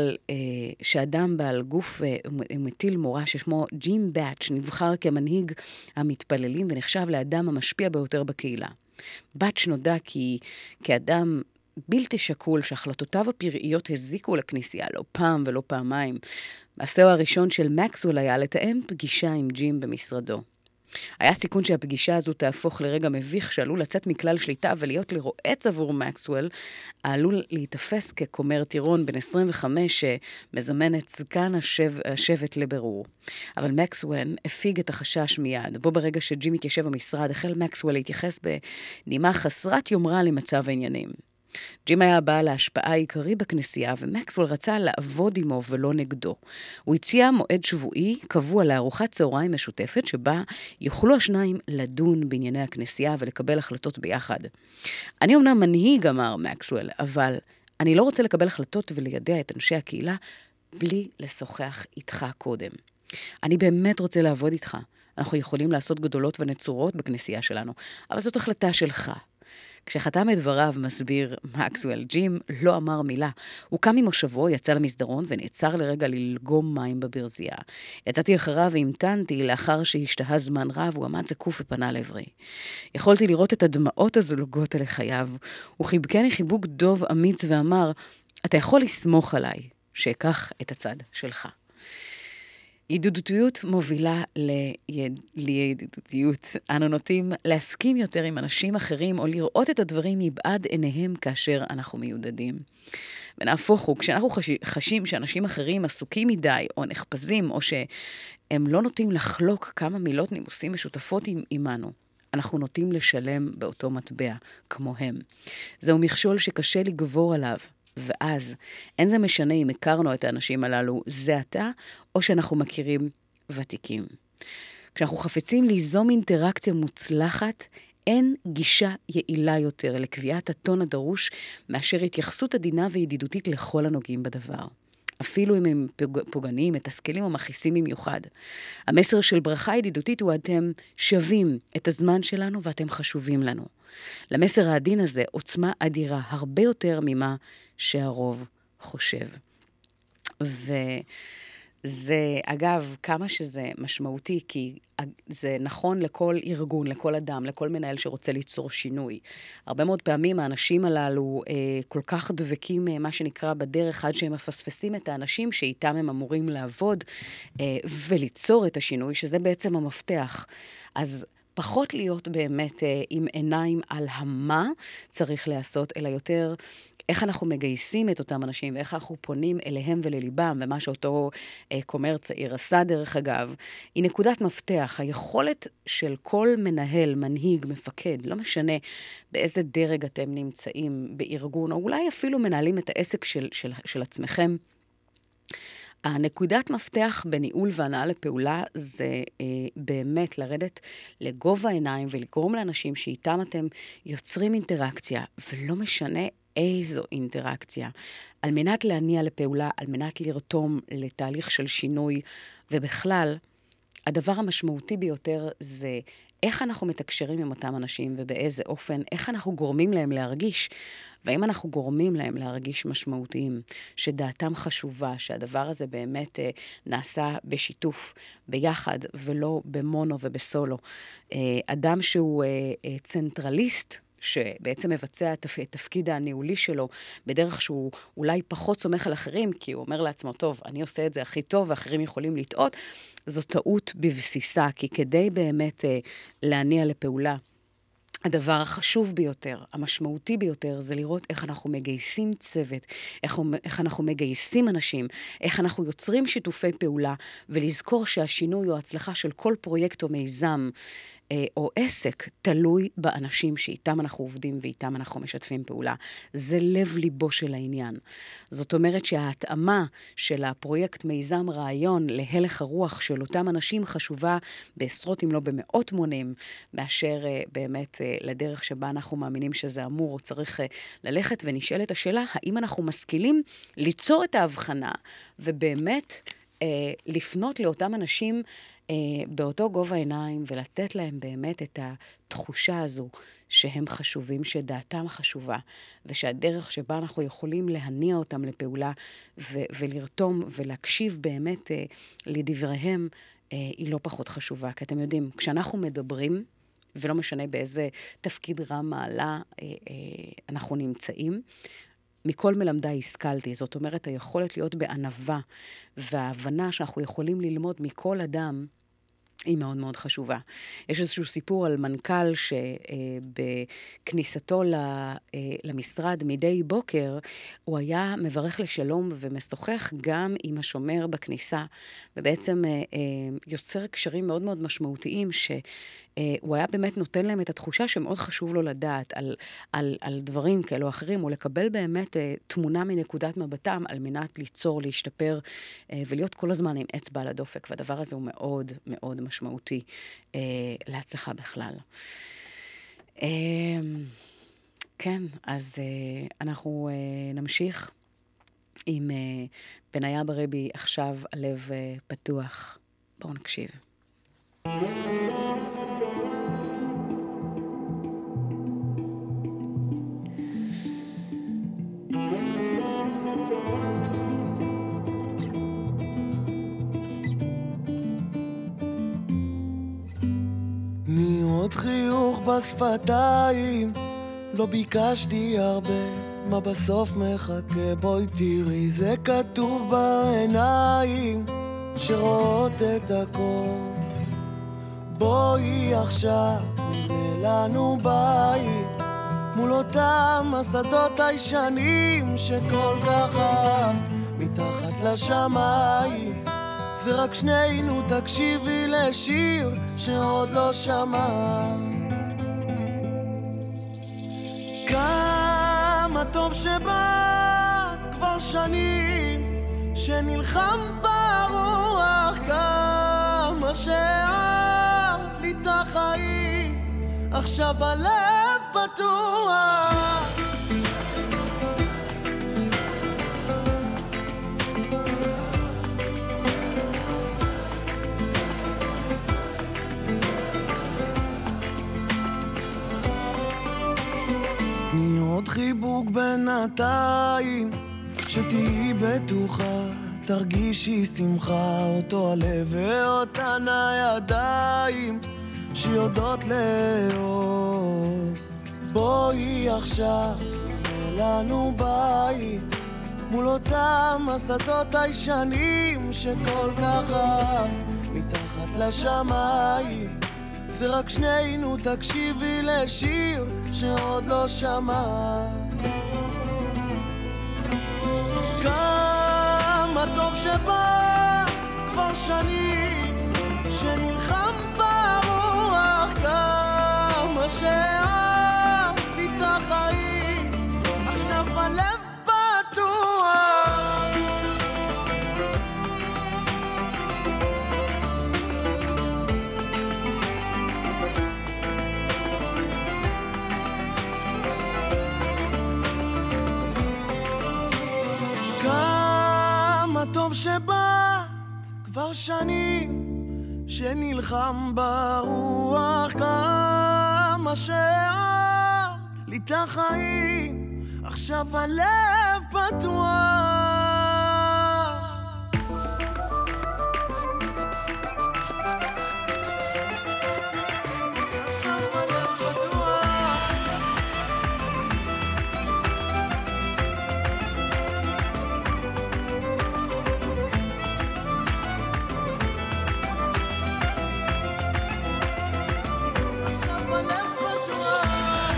שאדם בעל גוף ומטיל מורה ששמו ג'ים באץ' נבחר כמנהיג המתפללים ונחשב לאדם המשפיע ביותר בקהילה. באץ' נודע כאדם בלתי שקול שהחלטותיו הפראיות הזיקו לכנסייה לא פעם ולא פעמיים. מעשהו הראשון של מקסוול היה לתאם פגישה עם ג'ים במשרדו. היה סיכון שהפגישה הזו תהפוך לרגע מביך שעלול לצאת מכלל שליטה ולהיות לרועץ עבור מקסוול, העלול להתאפס ככומר טירון בן 25 שמזמן את זקן השבט לבירור. אבל מקסוול הפיג את החשש מיד. בו ברגע שג'ים התיישב במשרד, החל מקסוול להתייחס בנימה חסרת יומרה למצב העניינים. ג'ים היה בעל ההשפעה העיקרי בכנסייה, ומקסוול רצה לעבוד עמו ולא נגדו. הוא הציע מועד שבועי קבוע לארוחת צהריים משותפת, שבה יוכלו השניים לדון בענייני הכנסייה ולקבל החלטות ביחד. אני אומנם מנהיג, אמר מקסוול, אבל אני לא רוצה לקבל החלטות וליידע את אנשי הקהילה בלי לשוחח איתך קודם. אני באמת רוצה לעבוד איתך. אנחנו יכולים לעשות גדולות ונצורות בכנסייה שלנו, אבל זאת החלטה שלך. כשחתם את דבריו, מסביר מקסוול, ג'ים לא אמר מילה. הוא קם ממושבו, יצא למסדרון ונעצר לרגע ללגום מים בברזייה. יצאתי אחריו והמתנתי, לאחר שהשתהה זמן רב, הוא עמד זקוף ופנה לעברי. יכולתי לראות את הדמעות הזולגות על חייו. הוא חיבקני חיבוק דוב אמיץ ואמר, אתה יכול לסמוך עליי, שאקח את הצד שלך. ידידותיות מובילה לידידותיות. אנו נוטים להסכים יותר עם אנשים אחרים או לראות את הדברים מבעד עיניהם כאשר אנחנו מיודדים. ונהפוך הוא, כשאנחנו חשים שאנשים אחרים עסוקים מדי או נחפזים או שהם לא נוטים לחלוק כמה מילות נימוסים משותפות עמנו, אנחנו נוטים לשלם באותו מטבע כמוהם. זהו מכשול שקשה לגבור עליו. ואז אין זה משנה אם הכרנו את האנשים הללו זה עתה, או שאנחנו מכירים ותיקים. כשאנחנו חפצים ליזום אינטראקציה מוצלחת, אין גישה יעילה יותר לקביעת הטון הדרוש, מאשר התייחסות עדינה וידידותית לכל הנוגעים בדבר. אפילו אם הם פוגעניים, מתסכלים או מכעיסים במיוחד. המסר של ברכה ידידותית הוא אתם שווים את הזמן שלנו ואתם חשובים לנו. למסר העדין הזה עוצמה אדירה, הרבה יותר ממה שהרוב חושב. זה, אגב, כמה שזה משמעותי, כי זה נכון לכל ארגון, לכל אדם, לכל מנהל שרוצה ליצור שינוי. הרבה מאוד פעמים האנשים הללו כל כך דבקים מה שנקרא בדרך, עד שהם מפספסים את האנשים שאיתם הם אמורים לעבוד וליצור את השינוי, שזה בעצם המפתח. אז פחות להיות באמת עם עיניים על מה צריך לעשות, אלא יותר איך אנחנו מגייסים את אותם אנשים, ואיך אנחנו פונים אליהם ולליבם, ומה שאותו כומר צעיר עשה דרך אגב, היא נקודת מפתח. היכולת של כל מנהל, מנהיג, מפקד, לא משנה באיזה דרג אתם נמצאים בארגון, או אולי אפילו מנהלים את העסק של עצמכם, הנקודת מפתח בניהול והנעה לפעולה זה באמת לרדת לגובה העיניים ולגרום לאנשים שאיתם אתם יוצרים אינטראקציה, ולא משנה איזו אינטראקציה, על מנת להניע לפעולה, על מנת לרתום לתהליך של שינוי, ובכלל, הדבר המשמעותי ביותר זה איך אנחנו מתקשרים עם אותם אנשים ובאיזה אופן, איך אנחנו גורמים להם להרגיש, והאם אנחנו גורמים להם להרגיש משמעותיים, שדעתם חשובה, שהדבר הזה באמת נעשה בשיתוף, ביחד, ולא במונו ובסולו. אדם שהוא צנטרליסט, שבעצם מבצע את התפקיד הניהולי שלו בדרך שהוא אולי פחות סומך על אחרים, כי הוא אומר לעצמו, טוב, אני עושה את זה הכי טוב, ואחרים יכולים לטעות, זו טעות בבסיסה, כי כדי באמת להניע לפעולה, הדבר החשוב ביותר, המשמעותי ביותר, זה לראות איך אנחנו מגייסים צוות, איך אנחנו מגייסים אנשים, איך אנחנו יוצרים שיתופי פעולה, ולזכור שהשינוי או ההצלחה של כל פרויקט או מיזם, או עסק, תלוי באנשים שאיתם אנחנו עובדים ואיתם אנחנו משתפים פעולה. זה לב ליבו של העניין. זאת אומרת שההתאמה של הפרויקט מיזם רעיון להלך הרוח של אותם אנשים חשובה בעשרות אם לא במאות מונים, מאשר באמת לדרך שבה אנחנו מאמינים שזה אמור או צריך ללכת, ונשאלת השאלה, האם אנחנו משכילים ליצור את ההבחנה ובאמת לפנות לאותם אנשים באותו גובה עיניים, ולתת להם באמת את התחושה הזו שהם חשובים, שדעתם חשובה, ושהדרך שבה אנחנו יכולים להניע אותם לפעולה ולרתום ולהקשיב באמת לדבריהם, היא לא פחות חשובה. כי אתם יודעים, כשאנחנו מדברים, ולא משנה באיזה תפקיד רם מעלה אנחנו נמצאים, מכל מלמדי השכלתי, זאת אומרת, היכולת להיות בענווה, וההבנה שאנחנו יכולים ללמוד מכל אדם, היא מאוד מאוד חשובה. יש איזשהו סיפור על מנכ"ל שבכניסתו למשרד מדי בוקר, הוא היה מברך לשלום ומשוחח גם עם השומר בכניסה, ובעצם יוצר קשרים מאוד מאוד משמעותיים שהוא היה באמת נותן להם את התחושה שמאוד חשוב לו לדעת על דברים כאלו או אחרים, או לקבל באמת תמונה מנקודת מבטם על מנת ליצור, להשתפר ולהיות כל הזמן עם אצבע על הדופק, והדבר הזה הוא מאוד מאוד משמעותי להצלחה בכלל. כן, אז אנחנו נמשיך עם בניה ברבי, עכשיו הלב פתוח. בואו נקשיב. תני עוד חיוך בשפתיים, לא ביקשתי הרבה, מה בסוף מחכה, בואי תראי, זה כתוב בעיניים שרואות את הכל. בואי עכשיו נבנה לנו בית מול אותם השדות הישנים שכל כך אהבת מתחת לשמיים. זה רק שנינו, תקשיבי לשיר שעוד לא שמעת. כמה טוב שבאת, כבר שנים שנלחם ברוח, כמה שאהבת לי את החיים, עכשיו הלב פתוח. תני עוד חיבוק בינתיים, שתהי בטוחה, תרגישי שמחה, אותו הלב ואותן הידיים שיודעות לאהוב. בואי עכשיו לנו בית מול אותם השדות הישנים שכל כך אהבת מתחת לשמיים. זה רק שנינו, תקשיבי לשיר שעוד לא שמעת. כמה טוב שבא כבר שנים שנלחם ברוח, כמה שאהבת לי את החיים, עכשיו הלב פתוח. כמה טוב שבאת כבר שנים שנלחם ברוח, כמה שאהבת לי את החיים, עכשיו הלב פתוח. עכשיו הלב פתוח. עכשיו הלב פתוח.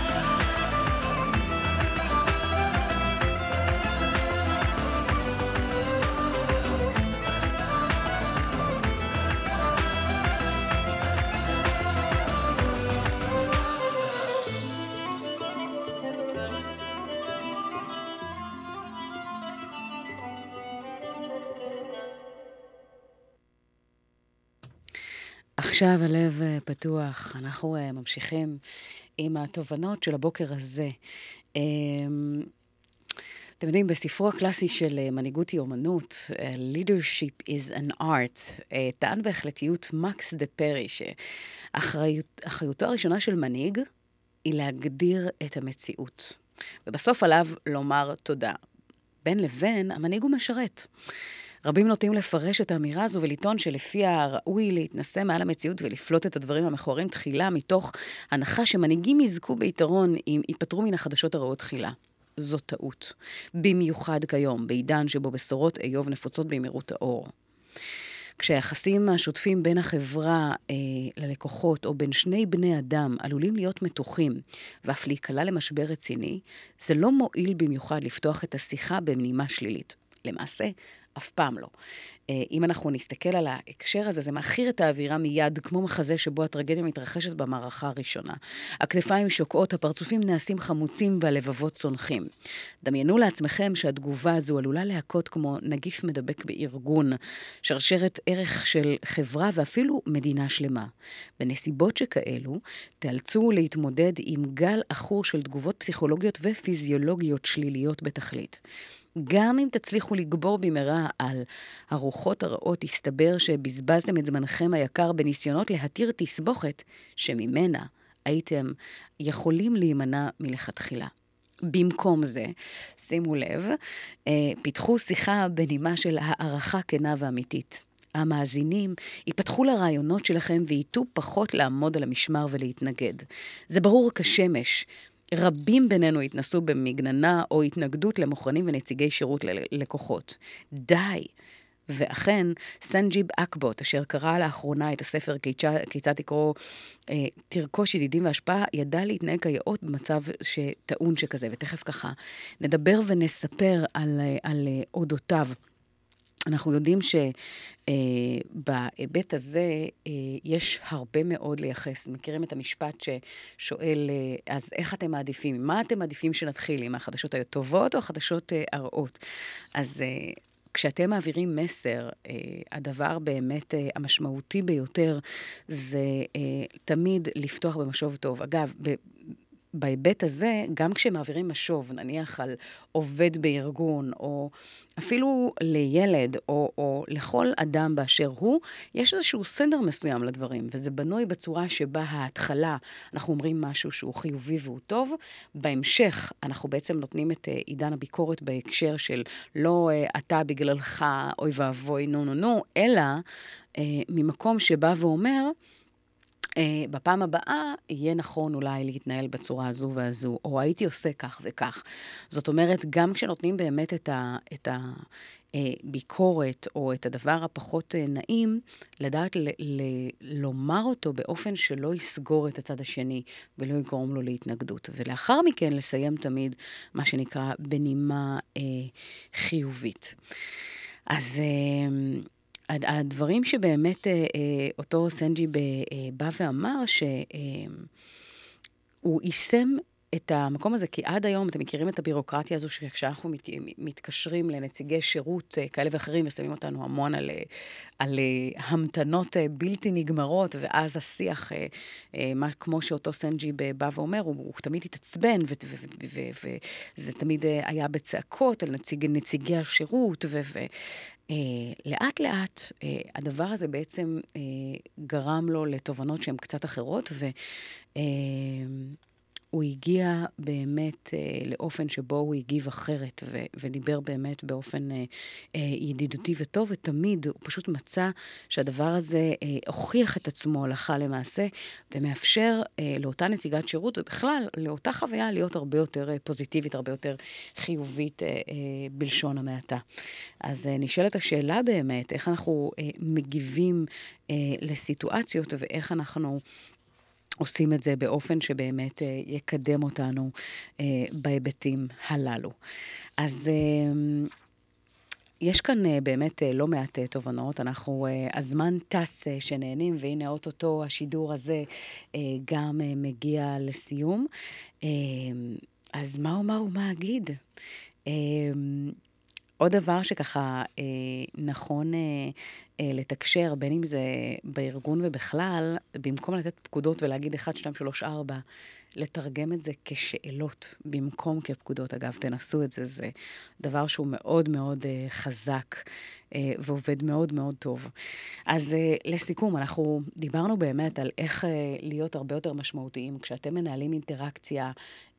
עכשיו הלב פתוח, אנחנו ממשיכים עם התובנות של הבוקר הזה. אתם יודעים, בספרו הקלאסי של מנהיגות היא אומנות, Leadership is an art, טען בהחלטיות מקס דה פרי, שאחריותו הראשונה של מנהיג היא להגדיר את המציאות. ובסוף עליו לומר תודה. בין לבין, המנהיג הוא משרת. רבים נוטים לפרש את האמירה הזו ולטעון שלפיה ראוי להתנסה מעל המציאות ולפלוט את הדברים המכוערים תחילה, מתוך הנחה שמנהיגים יזכו ביתרון אם ייפטרו מן החדשות הרעות תחילה. זו טעות. במיוחד כיום, בעידן שבו בשורות איוב נפוצות במהירות האור. כשהיחסים השוטפים בין החברה ללקוחות או בין שני בני אדם עלולים להיות מתוחים ואף להיקלע למשבר רציני, זה לא מועיל במיוחד לפתוח את השיחה בנימה שלילית. למעשה, אף פעם לא. אם אנחנו נסתכל על ההקשר הזה, זה מאחיר את האווירה מיד, כמו מחזה שבו הטרגדיה מתרחשת במערכה הראשונה. הכתפיים שוקעות, הפרצופים נעשים חמוצים והלבבות צונחים. דמיינו לעצמכם שהתגובה הזו עלולה להכות כמו נגיף מדבק בארגון, שרשרת ערך של חברה ואפילו מדינה שלמה. בנסיבות שכאלו, תאלצו להתמודד עם גל אחור של תגובות פסיכולוגיות ופיזיולוגיות שליליות בתכלית. גם אם תצליחו לגבור במהרה על הרוחות הרעות, יסתבר שבזבזתם את זמנכם היקר בניסיונות להתיר תסבוכת שממנה הייתם יכולים להימנע מלכתחילה. במקום זה, שימו לב, פיתחו שיחה בנימה של הערכה כנה ואמיתית. המאזינים ייפתחו לרעיונות שלכם וייתו פחות לעמוד על המשמר ולהתנגד. זה ברור כשמש. רבים בינינו התנסו במגננה או התנגדות למוכרנים ונציגי שירות ללקוחות. די! ואכן, סנג'יב אקבוט, אשר קרא לאחרונה את הספר כיצד תקרוא תרכוש ידידים והשפעה, ידע להתנהג כיאות במצב שטעון שכזה, ותכף ככה נדבר ונספר על אודותיו. אנחנו יודעים שבהיבט הזה יש הרבה מאוד לייחס. מכירים את המשפט ששואל, אז איך אתם מעדיפים? מה אתם מעדיפים שנתחיל? עם החדשות הטובות או החדשות הרעות? אז כשאתם מעבירים מסר, הדבר באמת המשמעותי ביותר זה תמיד לפתוח במשוב טוב. אגב, בהיבט הזה, גם כשמעבירים משוב, נניח על עובד בארגון, או אפילו לילד, או לכל אדם באשר הוא, יש איזשהו סדר מסוים לדברים, וזה בנוי בצורה שבה ההתחלה, אנחנו אומרים משהו שהוא חיובי והוא טוב, בהמשך אנחנו בעצם נותנים את עידן הביקורת בהקשר של לא אתה בגללך, אוי ואבוי, נו, אלא ממקום שבא ואומר, בפעם הבאה יהיה נכון אולי להתנהל בצורה הזו והזו, או הייתי עושה כך וכך. זאת אומרת, גם כשנותנים באמת את הביקורת, או את הדבר הפחות נעים, לדעת לומר אותו באופן שלא יסגור את הצד השני, ולא יגרום לו להתנגדות. ולאחר מכן לסיים תמיד מה שנקרא בנימה חיובית. אז הדברים שבאמת אותו סנג'י בא ואמר שהוא יישם את המקום הזה, כי עד היום אתם מכירים את הבירוקרטיה הזו, שכשאנחנו מתקשרים לנציגי שירות כאלה ואחרים, ושמים אותנו המון על המתנות בלתי נגמרות, ואז השיח, כמו שאותו סנג'י בא ואומר, הוא תמיד התעצבן, וזה תמיד היה בצעקות על נציגי השירות, לאט לאט הדבר הזה בעצם גרם לו לתובנות שהן קצת אחרות, הוא הגיע באמת לאופן שבו הוא הגיב אחרת, ודיבר באמת באופן ידידותי וטוב, ותמיד הוא פשוט מצא שהדבר הזה הוכיח את עצמו הלכה למעשה, ומאפשר לאותה נציגת שירות, ובכלל לאותה חוויה להיות הרבה יותר פוזיטיבית, הרבה יותר חיובית בלשון המעטה. אז נשאלת השאלה באמת, איך אנחנו מגיבים לסיטואציות, ואיך אנחנו עושים את זה באופן שבאמת יקדם אותנו בהיבטים הללו. אז יש כאן באמת לא מעט תובנות, הזמן טס שנהנים, והנה אוטוטו השידור הזה גם מגיע לסיום. אז מה אומר ומה אגיד? עוד דבר שככה נכון לתקשר, בין אם זה בארגון ובכלל, במקום לתת פקודות ולהגיד 1, 2, 3, 4, לתרגם את זה כשאלות במקום כפקודות. אגב, תנסו את זה, זה דבר שהוא מאוד מאוד חזק ועובד מאוד מאוד טוב. אז לסיכום, אנחנו דיברנו באמת על איך להיות הרבה יותר משמעותיים. כשאתם מנהלים אינטראקציה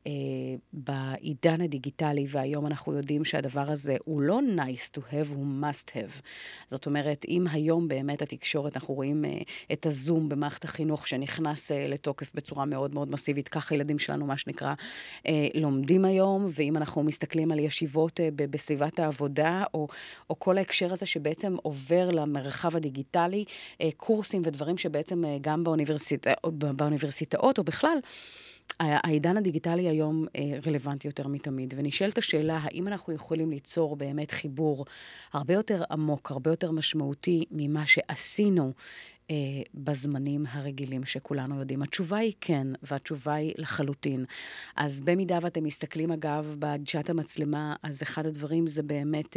בעידן הדיגיטלי, והיום אנחנו יודעים שהדבר הזה הוא לא nice to have, הוא must have. זאת אומרת, אם היום באמת התקשורת, אנחנו רואים את הזום במערכת החינוך שנכנס לתוקף בצורה מאוד מאוד מסיבית, כך הילדים שלנו, מה שנקרא, לומדים היום, ואם אנחנו מסתכלים על ישיבות בסביבת העבודה, או כל ההקשר הזה שבעצם עובר למרחב הדיגיטלי, קורסים ודברים שבעצם גם באוניברסיטאות או בכלל, העידן הדיגיטלי היום רלוונטי יותר מתמיד, ונשאלת השאלה, האם אנחנו יכולים ליצור באמת חיבור הרבה יותר עמוק, הרבה יותר משמעותי ממה שעשינו בזמנים הרגילים שכולנו יודעים. התשובה היא כן, והתשובה היא לחלוטין. אז במידה ואתם מסתכלים, אגב, בגישת המצלמה, אז אחד הדברים זה באמת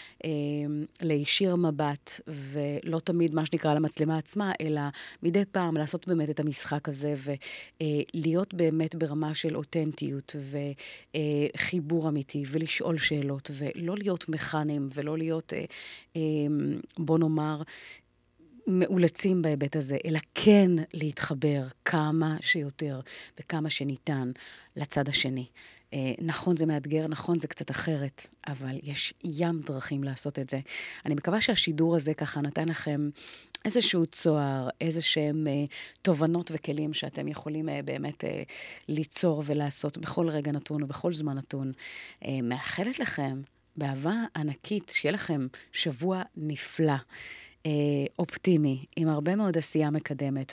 להישיר מבט, ולא תמיד מה שנקרא למצלמה עצמה, אלא מדי פעם לעשות באמת את המשחק הזה, ולהיות באמת ברמה של אותנטיות, וחיבור אמיתי, ולשאול שאלות, ולא להיות מכנים, ולא להיות, בוא נאמר, מאולצים בהיבט הזה, אלא כן להתחבר כמה שיותר וכמה שניתן לצד השני. נכון זה מאתגר, נכון זה קצת אחרת, אבל יש ים דרכים לעשות את זה. אני מקווה שהשידור הזה ככה נתן לכם איזשהו צוהר, איזשהם תובנות וכלים שאתם יכולים באמת ליצור ולעשות בכל רגע נתון ובכל זמן נתון. מאחלת לכם באהבה ענקית, שיהיה לכם שבוע נפלא. אופטימי, עם הרבה מאוד עשייה מקדמת,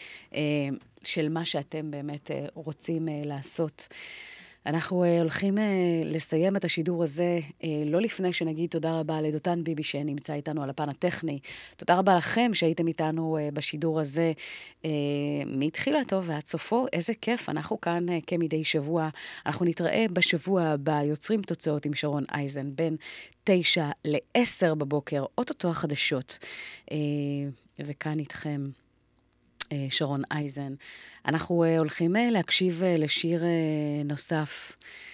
ושל מה שאתם באמת רוצים לעשות. אנחנו הולכים לסיים את השידור הזה, לא לפני שנגיד תודה רבה לדותן ביבי שנמצא איתנו על הפן הטכני. תודה רבה לכם שהייתם איתנו בשידור הזה מתחילתו ועד סופו. איזה כיף, אנחנו כאן כמדי שבוע. אנחנו נתראה בשבוע הבא, יוצרים תוצאות עם שרון אייזן, בין 9 ל-10 בבוקר, אוטוטו החדשות. וכאן איתכם שרון אייזן. אנחנו הולכים להקשיב לשיר נוסף,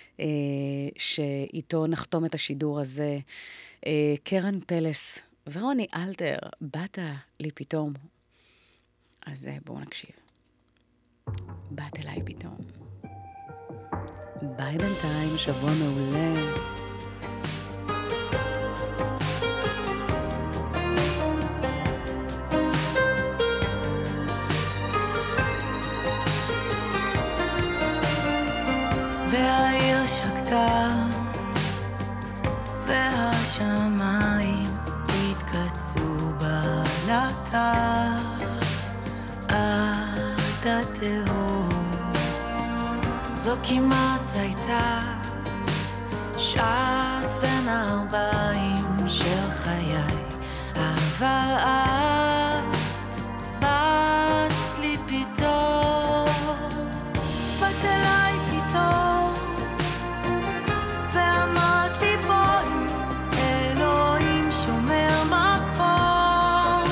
שאיתו נחתום את השידור הזה. קרן פלס ורוני אלתר, באת לי פתאום. אז בואו נקשיב. באת אליי פתאום. ביי בינתיים, שבוע מעולה. והעיר שקטה והשמיים התכסו בלטה עד התהום. זו כמעט הייתה שעת בין הארבעים של חיי, אבל את באת לי פתאום. באת אליי פתאום ואמרת לי בואי, אלוהים שומר מקום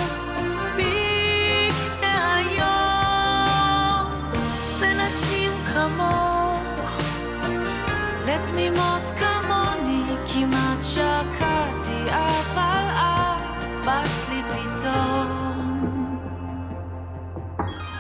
בקצה היום לנשים כמוך, לתמימות כמוני כמעט שקעתי, אבל את באת לי פתאום.